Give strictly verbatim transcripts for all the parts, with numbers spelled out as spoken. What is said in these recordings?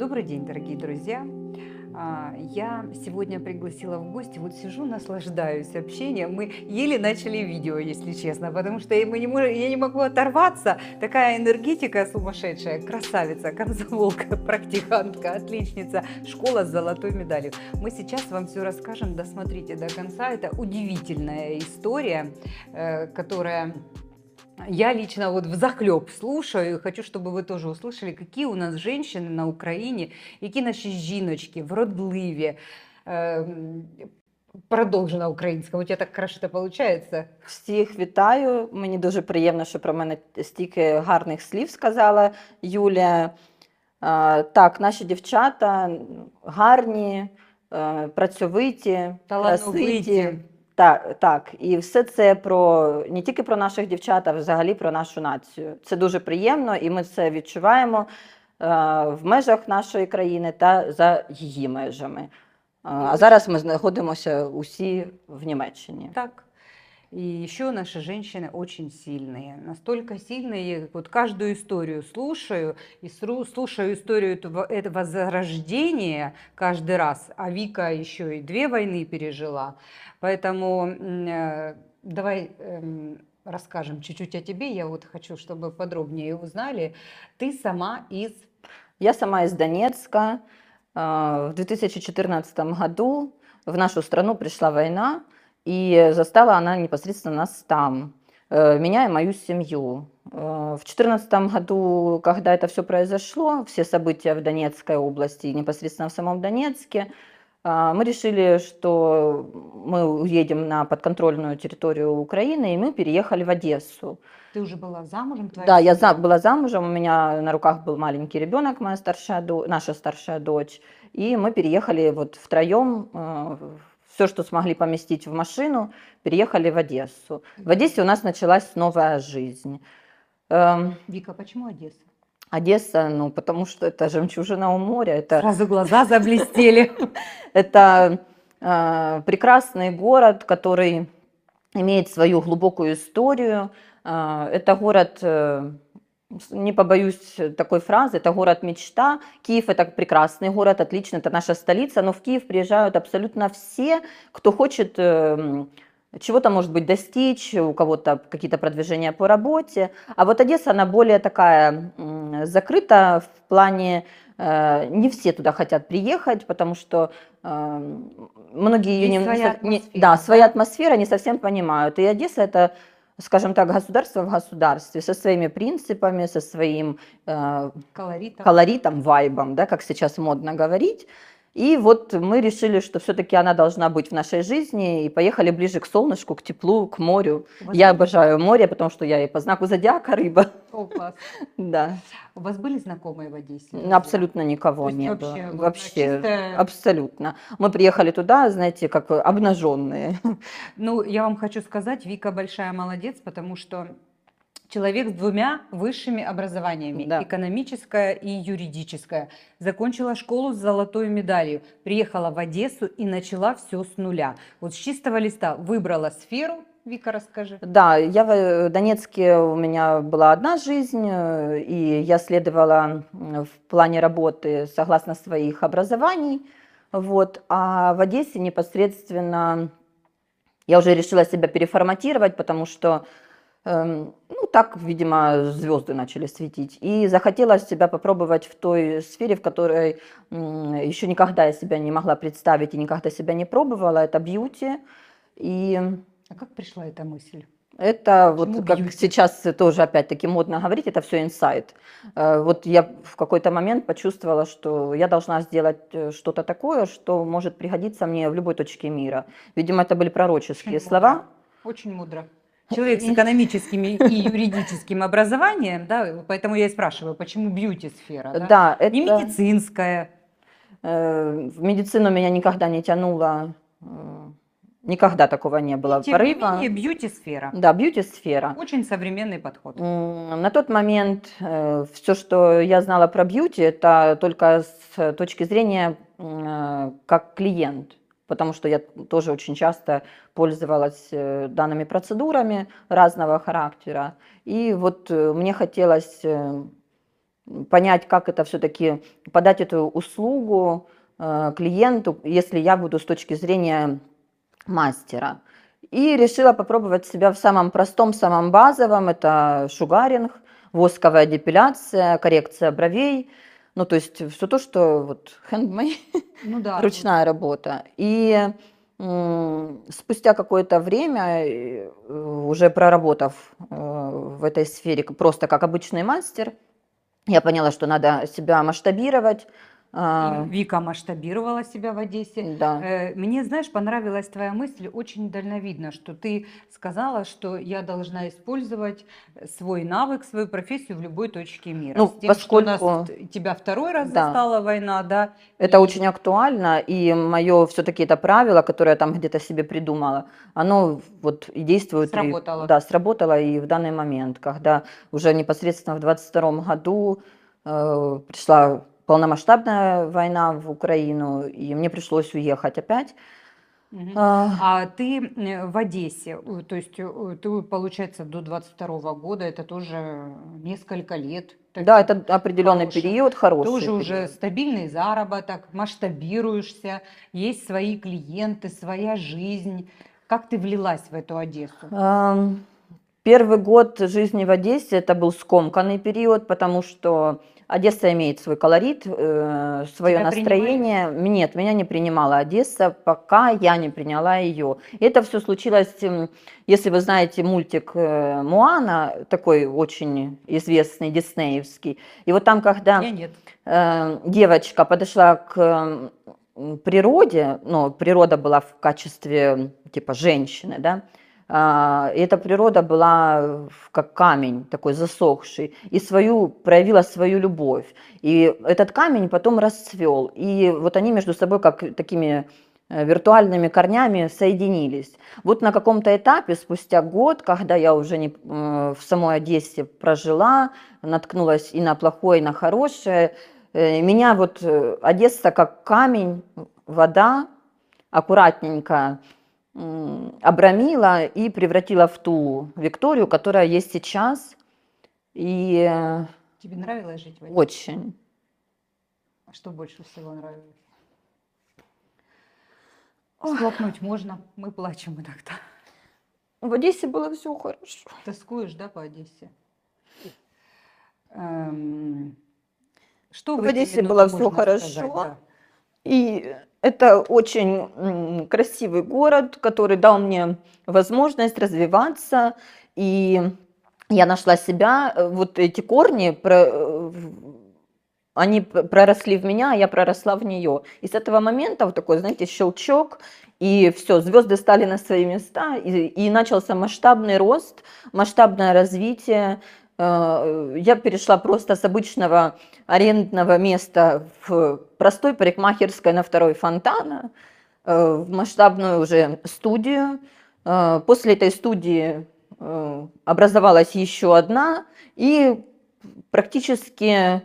Добрый день, дорогие друзья! А, Я сегодня пригласила в гости, вот сижу, наслаждаюсь общением. Мы еле начали видео, если честно, потому что я мы не мож- я не могу оторваться. Такая энергетика сумасшедшая, красавица, комсомолка, практикантка, отличница, школа с золотой медалью. Мы сейчас вам все расскажем, досмотрите до конца. Это удивительная история, э, которая... Я лично вот взахлеб слушаю, и хочу, чтобы ви теж услышали, які у нас женщини на Україні, які наші жіночки вродливі. Ем, Продовжу на українському, у тебе так краще це виходить? Всіх вітаю. Мені дуже приємно, що про мене стільки гарних слів сказала Юлія. А, Так, наші дівчата гарні, е, працьовиті, Талановиті. красиві. Так, так, і все це про не тільки про наших дівчат, а взагалі про нашу націю. Це дуже приємно, і ми це відчуваємо е, в межах нашої країни та за її межами. А зараз ми знаходимося усі в Німеччині. Так. И еще наши женщины очень сильные, настолько сильные, вот каждую историю слушаю, и слушаю историю этого, этого зарождения каждый раз, а Вика еще и две войны пережила, поэтому э, давай э, расскажем чуть-чуть о тебе, я вот хочу, чтобы подробнее узнали, ты сама из... Я сама из Донецка. В две тысячи четырнадцатом году в нашу страну пришла война, и застала она непосредственно нас там, меня и мою семью. В две тысячи четырнадцатом году, когда это все произошло, все события в Донецкой области, непосредственно в самом Донецке, мы решили, что мы уедем на подконтрольную территорию Украины, и мы переехали в Одессу. Ты уже была замужем? Твоя Да, семья? я за, была замужем, у меня на руках был маленький ребенок, моя старшая, наша старшая дочь, и мы переехали вот втроем, э, все, что смогли поместить в машину, переехали в Одессу. В Одессе у нас началась новая жизнь. Э, Вика, почему Одесса? Одесса, ну, потому что это жемчужина у моря. Это, Сразу глаза заблестели. это э, прекрасный город, который имеет свою глубокую историю. Э, это город, э, не побоюсь такой фразы, это город-мечта. Киев – это прекрасный город, отлично, это наша столица, но в Киев приезжают абсолютно все, кто хочет... Э, чего-то, может быть, достичь, у кого-то какие-то продвижения по работе. А вот Одесса, она более такая закрыта в плане, э, не все туда хотят приехать, потому что э, многие ее не, своя не, атмосфера, да, да? своя атмосфера не совсем понимают. И Одесса это, скажем так, государство в государстве со своими принципами, со своим э, колоритом. колоритом, вайбом, да, как сейчас модно говорить. И вот мы решили, что все-таки она должна быть в нашей жизни, и поехали ближе к солнышку, к теплу, к морю. Я обожаю море, потому что я и по знаку зодиака рыба. О, класс. Да. У вас были знакомые в Одессе? Абсолютно никого не было. Вообще, абсолютно. Мы приехали туда, знаете, как обнаженные. Ну, я вам хочу сказать, Вика большая молодец, потому что человек с двумя высшими образованиями, Да. экономическое и юридическое. Закончила школу с золотой медалью, приехала в Одессу и начала все с нуля. Вот с чистого листа выбрала сферу. Вика, расскажи. Да, я в Донецке, у меня была одна жизнь, и я следовала в плане работы согласно своих образований. Вот. А в Одессе непосредственно я уже решила себя переформатировать, потому что ну, так, видимо, звезды начали светить. И захотелось себя попробовать в той сфере, в которой еще никогда я себя не могла представить и никогда себя не пробовала. Это бьюти. И а как пришла эта мысль? Это Почему вот, как бьюти? сейчас тоже опять-таки модно говорить, это все инсайт. Вот я в какой-то момент почувствовала, что я должна сделать что-то такое, что может пригодиться мне в любой точке мира. Видимо, это были пророческие Очень слова. мудро. Очень мудро. Человек с экономическим и юридическим образованием, да, поэтому я и спрашиваю, почему бьюти-сфера, да? Да, это... Не медицинская. В медицину меня никогда не тянуло, никогда такого не было. И, тем порыва. не менее, бьюти-сфера. Да, бьюти-сфера. Очень современный подход. На тот момент все, что я знала про бьюти, это только с точки зрения как клиент. Потому что я тоже очень часто пользовалась данными процедурами разного характера. И вот мне хотелось понять, как это все-таки подать эту услугу э, клиенту, если я буду с точки зрения мастера. И решила попробовать себя в самом простом, самом базовом. Это шугаринг, восковая депиляция, коррекция бровей. Ну, то есть все то, что вот handmade, Ну да. ручная работа. И м, спустя какое-то время, э, уже проработав э, в этой сфере просто как обычный мастер, я поняла, что надо себя масштабировать. И а, Вика масштабировала себя в Одессе. Да. Э, Мне, знаешь, понравилась твоя мысль, очень дальновидно, что ты сказала, что я должна использовать свой навык, свою профессию в любой точке мира. Ну, С тем, что у нас поскольку- т- тебя второй раз Да. застала война, да? Это и- очень актуально, и мое все-таки это правило, которое я там где-то себе придумала, оно вот и действует. и- Сработало. да, сработало и в данный момент, когда уже непосредственно в двадцать втором году э, пришла полномасштабная война в Украину, и мне пришлось уехать опять. Мгм. А, А ты э, в Одессе, э, то есть э, ты, получается, до двадцать второго года, это тоже несколько лет. да, таких это определенный хороших. период, хороший Тоже уже период. стабильный заработок, масштабируешься, есть свои клиенты, своя жизнь. Как ты влилась в эту Одессу? Ам, Первый год жизни в Одессе это был скомканный период, потому что Одесса имеет свой колорит, э, свое Тебя настроение. Нет, меня не принимала Одесса, пока я не приняла ее. Это все случилось, м, если вы знаете мультик э, Моана, такой очень известный, диснеевский. И вот там, когда Я нет. э, девочка подошла к м, природе, ну, природа была в качестве типа женщины, да, а, и эта природа была в- как камень такой засохший, и свою, проявила свою любовь. И этот камень потом расцвел, и вот они между собой как такими э, виртуальными корнями соединились. Вот на каком-то этапе, спустя год, когда я уже не, э, в самой Одессе прожила, наткнулась и на плохое, и на хорошее, э, меня вот э, Одесса как камень, вода, аккуратненько м, обрамила и превратила в ту Викторию, которая есть сейчас. И э, Тебе нравилось жить в Одессе? очень. А что больше всего нравилось? Схлопнуть можно, мы плачем иногда. В Одессе было все хорошо. Тоскуешь, да, по Одессе? Эм, Что В в эти Одессе минуты было всё можно хорошо. сказать, да? И это очень м, красивый город, который дал мне возможность развиваться. И я нашла себя, э, вот эти корни, про- э, в- они п- проросли в меня, а я проросла в нее. И с этого момента вот такой, знаете, щелчок, и все, звезды стали на свои места, и, и начался масштабный рост, масштабное развитие. Э, Я перешла просто с обычного арендного места в простой парикмахерской на второй Фонтана, э, в масштабную уже студию. Э, После этой студии э, образовалась еще одна, и практически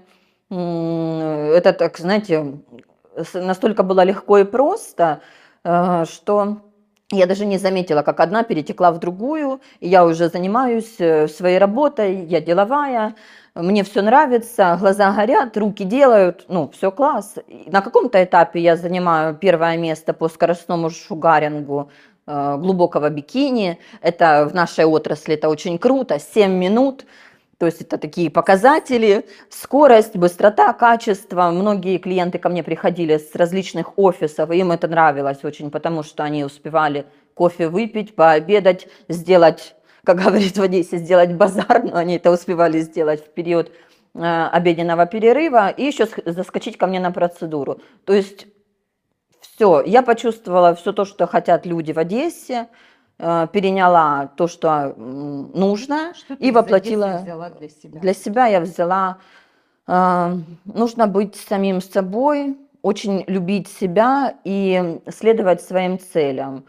м, это, так знаете, с- настолько было легко и просто, э, что я даже не заметила, как одна перетекла в другую, и я уже занимаюсь э, своей работой, я деловая, мне все нравится, глаза горят, руки делают, ну, все класс. И на каком-то этапе я занимаю первое место по скоростному шугарингу э, глубокого бикини. Это в нашей отрасли это очень круто, семь минут. То есть это такие показатели, скорость, быстрота, качество. Многие клиенты ко мне приходили с различных офисов, и им это нравилось очень, потому что они успевали кофе выпить, пообедать, сделать, как говорит в Одессе, сделать базар, но они это успевали сделать в период э, обеденного перерыва, и еще заскочить ко мне на процедуру. То есть все, я почувствовала все то, что хотят люди в Одессе, э, переняла то, что м, нужно, Что ты и из Одессы воплотила. взяла для себя? Для себя я взяла, э, нужно быть самим собой, очень любить себя и следовать своим целям.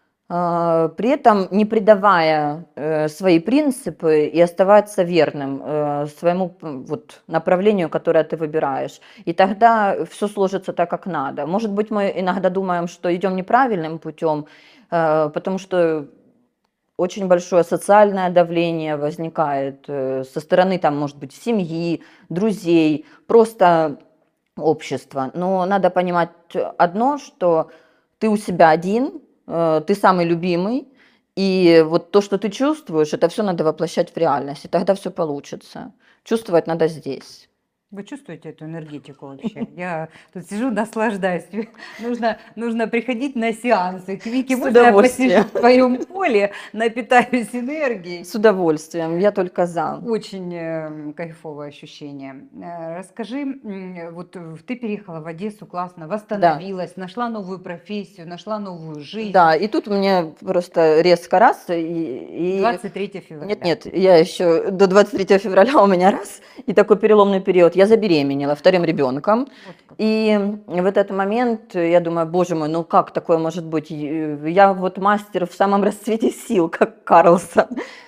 Э, При этом не предавая э, свои принципы и оставаться верным э, своему м, вот, направлению, которое ты выбираешь. И тогда все сложится так, как надо. Может быть, мы иногда думаем, что идем неправильным путем, э, потому что очень большое социальное давление возникает э, со стороны, там, может быть, семьи, друзей, просто общества. Но надо понимать одно, что ты у себя один, э, ты самый любимый, и вот то, что ты чувствуешь, это все надо воплощать в реальность, и тогда все получится. Чувствовать надо здесь. Вы чувствуете эту энергетику вообще? Я тут сижу, наслаждаюсь. Нужно, нужно приходить на сеансы. К Вике, С можно я посижу удовольствием. в твоем поле, напитаюсь энергией? С удовольствием, я только за. Очень э, кайфовое ощущение. Э, Расскажи, м, вот э, ты переехала в Одессу, классно, восстановилась, нашла новую профессию, нашла новую жизнь. Да, и тут мне просто резко раз, и... и- двадцать третьего февраля. Нет, нет, я еще до двадцать третьего февраля у меня раз, и такой переломный период. Я забеременела вторым ребенком, Вот как. и в этот момент я думаю, боже мой, ну как такое может быть? И Я вот мастер в самом расцвете сил, как Карлсон.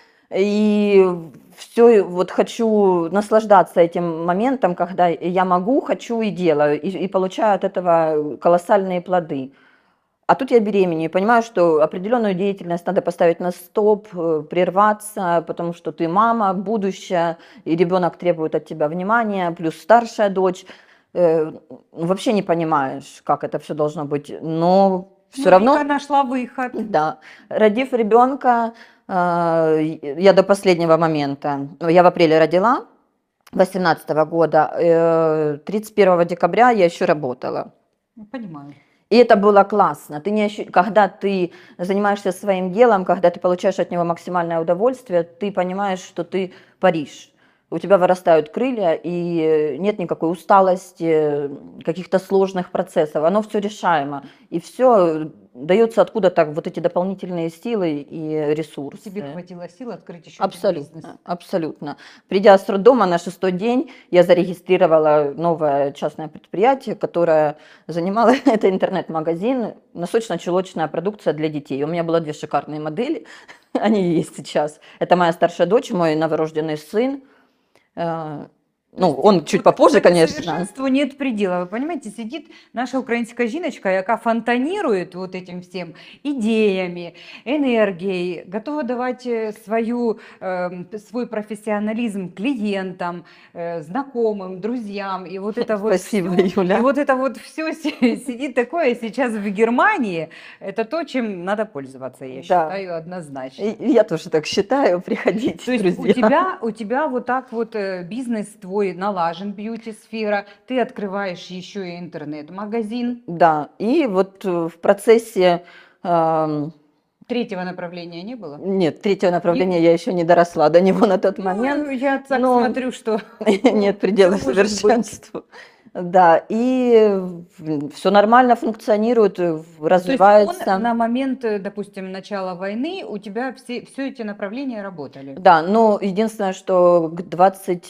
И все, вот хочу наслаждаться этим моментом, когда я могу, хочу и делаю, и, и получаю от этого колоссальные плоды. А тут я беременею, понимаю, что определенную деятельность надо поставить на стоп, э, прерваться, потому что ты мама, будущее, и ребенок требует от тебя внимания, плюс старшая дочь. Э, Вообще не понимаешь, как это все должно быть, но все Ну, равно... Вика нашла выход. Да, родив ребенка, э, я до последнего момента, ну, я в апреле родила, восемнадцатого года, э, тридцать первого декабря я еще работала. Ну, понимаю. И это было классно. Ты не ощу- Когда ты занимаешься своим делом, когда ты получаешь от него максимальное удовольствие, ты понимаешь, что ты паришь. У тебя вырастают крылья, и нет никакой усталости, каких-то сложных процессов. Оно все решаемо. И все дается откуда-то вот эти дополнительные силы и ресурсы. Тебе хватило сил открыть еще один бизнес. Абсолютно, абсолютно. Придя с роддома на шестой день, я зарегистрировала новое частное предприятие, которое занимало, это интернет-магазин, носочно-чулочная продукция для детей. У меня было две шикарные модели, они и есть сейчас. Это моя старшая дочь, мой новорожденный сын. Э, Ну, он чуть Вот попозже, это конечно. Совершенству нет предела. Вы понимаете, сидит наша українська жіночка, яка фонтанирует вот этим всем идеями, энергией, готова давать э, свою, э, свой профессионализм клиентам, э, знакомым, друзьям. И вот это вот Спасибо, всё, Юля. и вот это вот все сидит такое сейчас в Германии. Это то, чем надо пользоваться, я Да. считаю, однозначно. И я тоже так считаю, приходите, То есть друзья. у тебя, у тебя вот так вот э, бизнес твой налажен, бьюти-сфера, ты открываешь еще и интернет-магазин. Да, и вот э, в процессе... эм, Третьего направления не было? Нет, третьего направления я еще не доросла до него на тот момент. Ну, я так но- смотрю, что Нет предела всё может быть. совершенству. Да, и все нормально функционирует, э, То есть развивается. он на момент, э, допустим, начала войны у тебя все, все эти направления работали. Да, но единственное, что к двадцать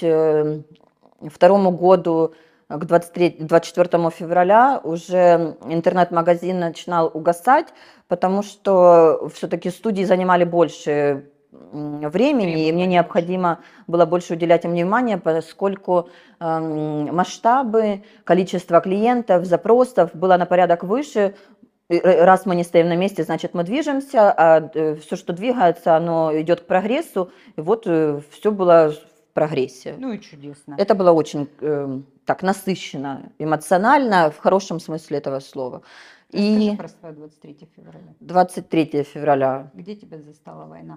второму году, э, к двадцать третьему, двадцать четвёртому февраля уже интернет-магазин начинал угасать, потому что все-таки студии занимали больше м, времени, и мне Требовали необходимо было больше уделять им внимания, поскольку эм, масштабы, количество клиентов, запросов было на порядок выше. И р- Раз мы не стоим на месте, значит мы движемся, а все, что двигается, оно идет к прогрессу. И вот все было в прогрессе. Ну и чудесно. Это было очень э, так насыщенно, эмоционально, в хорошем смысле этого слова. Расскажи И про свое двадцать третьего февраля. двадцать третьего февраля, Где тебя застала война?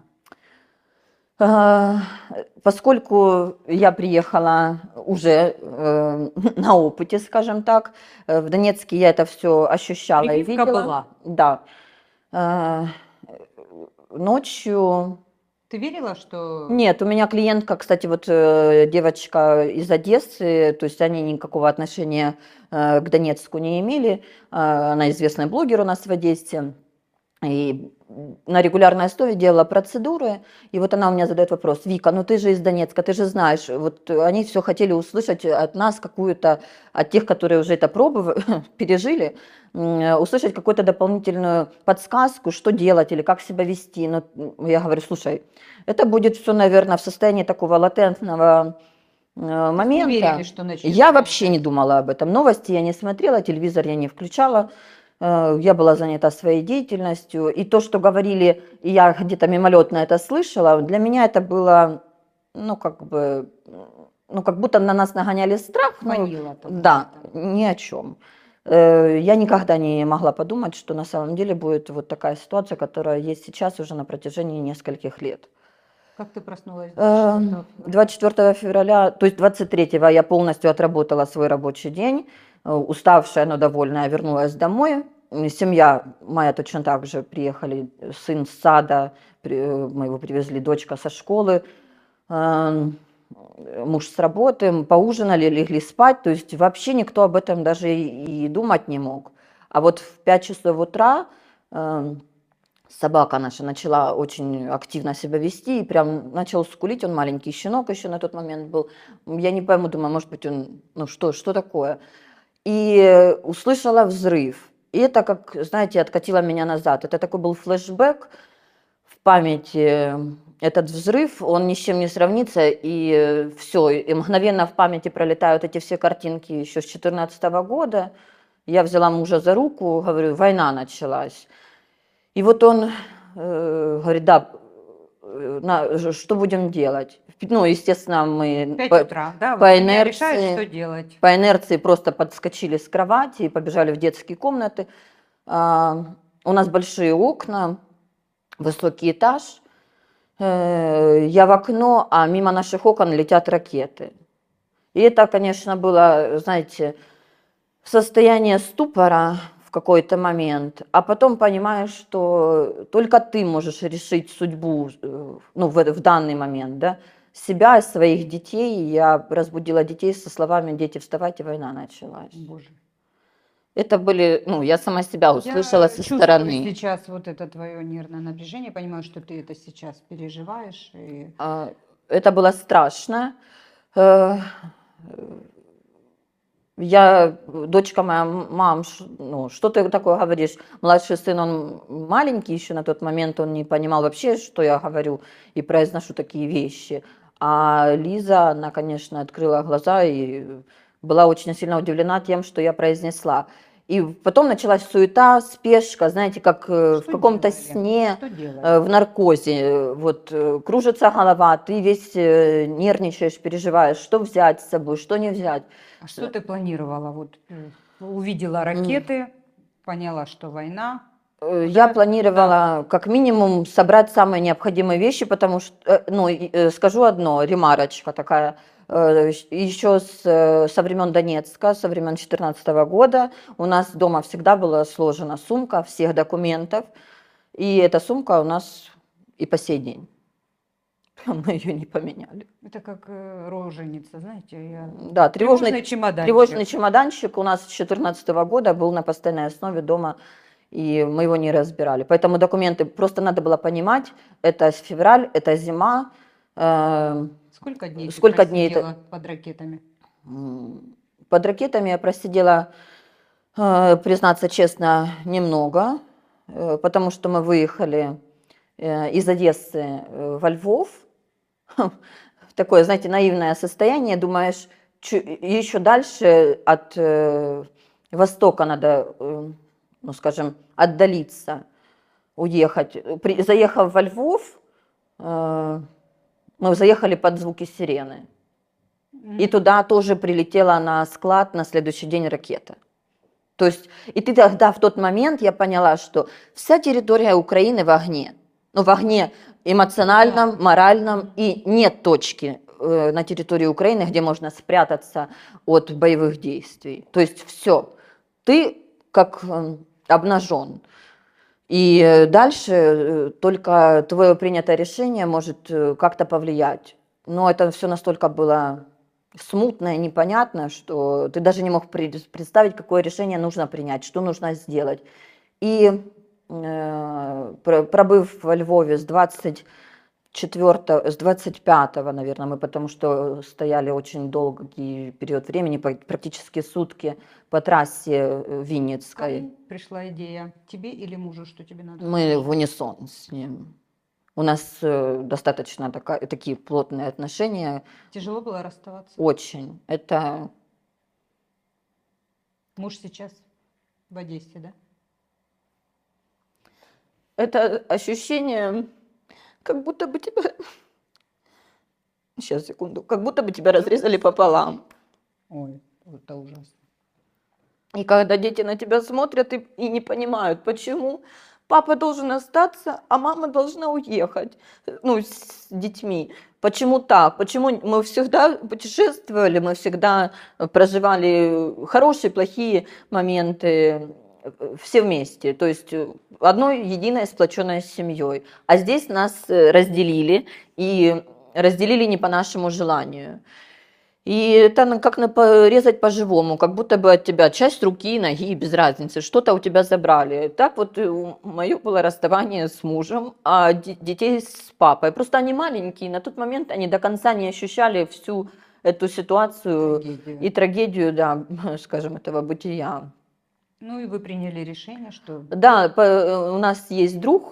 а, поскольку я приехала уже э, на опыте, скажем так, э, в Донецке я это все ощущала и Прививка видела. была. Да. Э, Ночью... Ты верила, что... Нет, у меня клиентка, кстати, вот э, девочка из Одессы, то есть они никакого отношения э, к Донецку не имели. Э, она известный блогер у нас в Одессе. И на регулярной основе делала процедуры. И вот она у меня задает вопрос: Вика, ну ты же из Донецка, ты же знаешь, вот они все хотели услышать от нас какую-то, от тех, которые уже это пробовали, пережили, м, услышать какую-то дополнительную подсказку, что делать или как себя вести. Но я говорю: слушай, это будет все, наверное, в состоянии такого латентного э, Не момента. верили, что начнется Я вообще война? не думала об этом. Новости я не смотрела, телевизор я не включала. Э, Я была занята своей деятельностью. И то, что говорили, и я где-то мимолетно это слышала, для меня это было, ну, как бы, ну, как будто на нас нагоняли страх. Ну, Фанило там да, где-то. ни о чем. Я никогда не могла подумать, что на самом деле будет вот такая ситуация, которая есть сейчас уже на протяжении нескольких лет. Как ты проснулась Э, двадцать четвёртого февраля? двадцать четвёртого февраля, то есть двадцать третьего я полностью отработала свой рабочий день, э, уставшая, но довольная, вернулась домой. М, Семья моя точно так же приехали, э, сын с сада, при- э, мы его привезли, дочка со школы, эм, э, муж с работы, м, поужинали, легли спать, то есть вообще никто об этом даже и, и думать не мог. А вот в пять часов утра эм, собака наша начала очень активно себя вести и прям начал скулить. Он маленький щенок еще на тот момент был. Я не пойму, думаю, может быть, он, ну что, что такое? И услышала взрыв. И это, как, знаете, откатило меня назад. Это такой был флешбэк в памяти. Этот взрыв, он ни с чем не сравнится, и все, и мгновенно в памяти пролетают эти все картинки еще с две тысячи четырнадцатого года. Я взяла мужа за руку, говорю, война началась. И вот он э, говорит, да, э, на, ж- что будем делать? Ну, естественно, мы пять по, утра, да, вот по семья решает, что инерции, делать. по инерции просто подскочили с кровати и побежали в детские комнаты. А, у нас большие окна, высокий этаж. Э, я в окно, а мимо наших окон летят ракеты. И это, конечно, было, знаете, состояние ступора в какой-то момент, а потом понимаешь, что только ты можешь решить судьбу, э, ну, в, в данный момент, да, себя и своих детей. Я разбудила детей со словами «Дети, вставайте, война началась». Боже. Это были, ну, я сама себя услышала Я со чувствую стороны. сейчас вот это твое нервное напряжение, понимаю, что ты это сейчас переживаешь. И... А, Это было страшно. Э, Я, дочка моя, мам, ш- ну, что ты такое говоришь? Младший сын, он маленький еще на тот момент, он не понимал вообще, что я говорю и произношу такие вещи. А Лиза, она, конечно, открыла глаза и была очень сильно удивлена тем, что я произнесла. И потом началась суета, спешка, знаете, как э, в Что каком-то делали? сне, Что э, делали? в наркозе. Э, Вот э, кружится голова, ты весь э, нервничаешь, переживаешь, что взять с собой, что не взять. А что ты планировала? Вот э, увидела М. ракеты, поняла, что война. Э, Куда- Я куда? планировала как минимум собрать самые необходимые вещи, потому что, э, ну, и, э, скажу одно, ремарочка такая, э, щ- еще с, э, со времен Донецка, со времен две тысячи четырнадцатого года у нас дома всегда была сложена сумка всех документов, и эта сумка у нас и по сей день. Мы ее не поменяли. Это как э, роженица, знаете, я... Да, тревожный тревожный, чемоданчик. тревожный чемоданчик у нас с две тысячи четырнадцатого года был на постоянной основе дома, и мы его не разбирали. Поэтому документы просто надо было понимать, это февраль, это зима. э, Сколько дней Сколько ты дней это? просидела под ракетами? м, Под ракетами я просидела, э, признаться честно, немного, э, потому что мы выехали э, из Одессы э, во Львов. Такое, знаете, наивное состояние, думаешь, еще дальше от э, востока надо, э, ну, скажем, отдалиться, уехать. При, заехав во Львов, э, мы заехали под звуки сирены. И Мгм. туда тоже прилетела на склад на следующий день ракета. То есть, и ты тогда в тот момент я поняла, что вся территория Украины в огне. Ну, в огне эмоциональном, Да. моральном, и нет точки э, на территории Украины, где можно спрятаться от боевых действий. То есть все, ты как э, обнажен. И э, дальше э, только твое принятое решение может э, как-то повлиять. Но это все настолько было смутно и непонятно, что ты даже не мог пред- представить, какое решение нужно принять, что нужно сделать. И э, про- пробыв во Львове с двадцать четвёртого, с двадцать пятого, наверное, мы потому что стояли очень долгий период времени, по- практически сутки по трассе э, Винницкой. Кому пришла идея? Тебе или мужу, что тебе надо? Мы уезжать? в унисон с ним. У нас э, достаточно така- такие плотные отношения, Тяжело было расставаться? очень. Это Муж сейчас в Одессе, да? Это ощущение, как будто бы тебя... Сейчас, секунду. Как будто бы тебя разрезали пополам. Ой, это ужасно. И когда дети на тебя смотрят и, и не понимают, почему папа должен остаться, а мама должна уехать, ну, с детьми. Почему так? Почему мы всегда путешествовали, мы всегда проживали хорошие, плохие моменты все вместе, то есть одной единой сплоченной семьей. А здесь нас разделили, и разделили не по нашему желанию. И это как на порезать по-живому, как будто бы от тебя часть руки, ноги, без разницы, что-то у тебя забрали. Так вот мое было расставание с мужем, а детей с папой. Просто они маленькие, на тот момент они до конца не ощущали всю эту ситуацию трагедию. и трагедию, да, скажем, этого бытия. Ну и вы приняли решение, что... Да, у нас есть друг,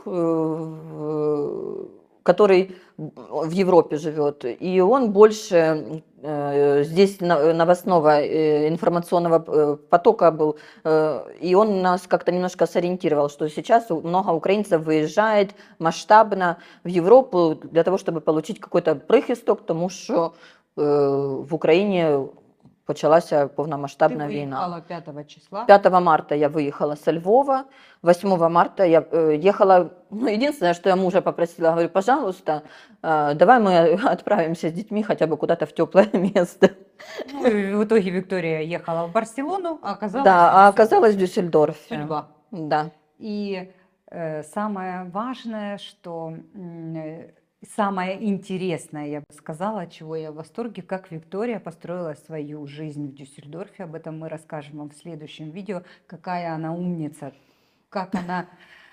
который в Европе живет, и он больше э, здесь новостного э, информационного потока был, э, и он нас как-то немножко сориентировал, что сейчас много украинцев выезжает масштабно в Европу для того, чтобы получить какой-то прихисток, тому що э, в Украине почалася повномасштабна війна. пятого числа? пятого марта я выехала со Львова, восьмого марта я ехала, ну, единственное, что я мужа попросила, говорю, пожалуйста, давай мы отправимся с детьми хотя бы куда-то в теплое место. Ну, и в итоге Виктория ехала в Барселону, а оказалась... Да, а оказалась в Дюссельдорфе. Судьба. Да. И э, самое важное, что... Э, Самое интересное, я бы сказала, чего я в восторге, как Виктория построила свою жизнь в Дюссельдорфе. Об этом мы расскажем вам в следующем видео. Какая она умница, как она...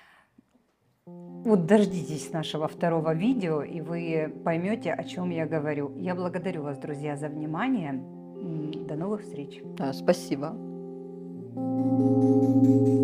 Вот дождитесь нашего второго видео, и вы поймете, о чем я говорю. Я благодарю вас, друзья, за внимание. До новых встреч. Да, спасибо.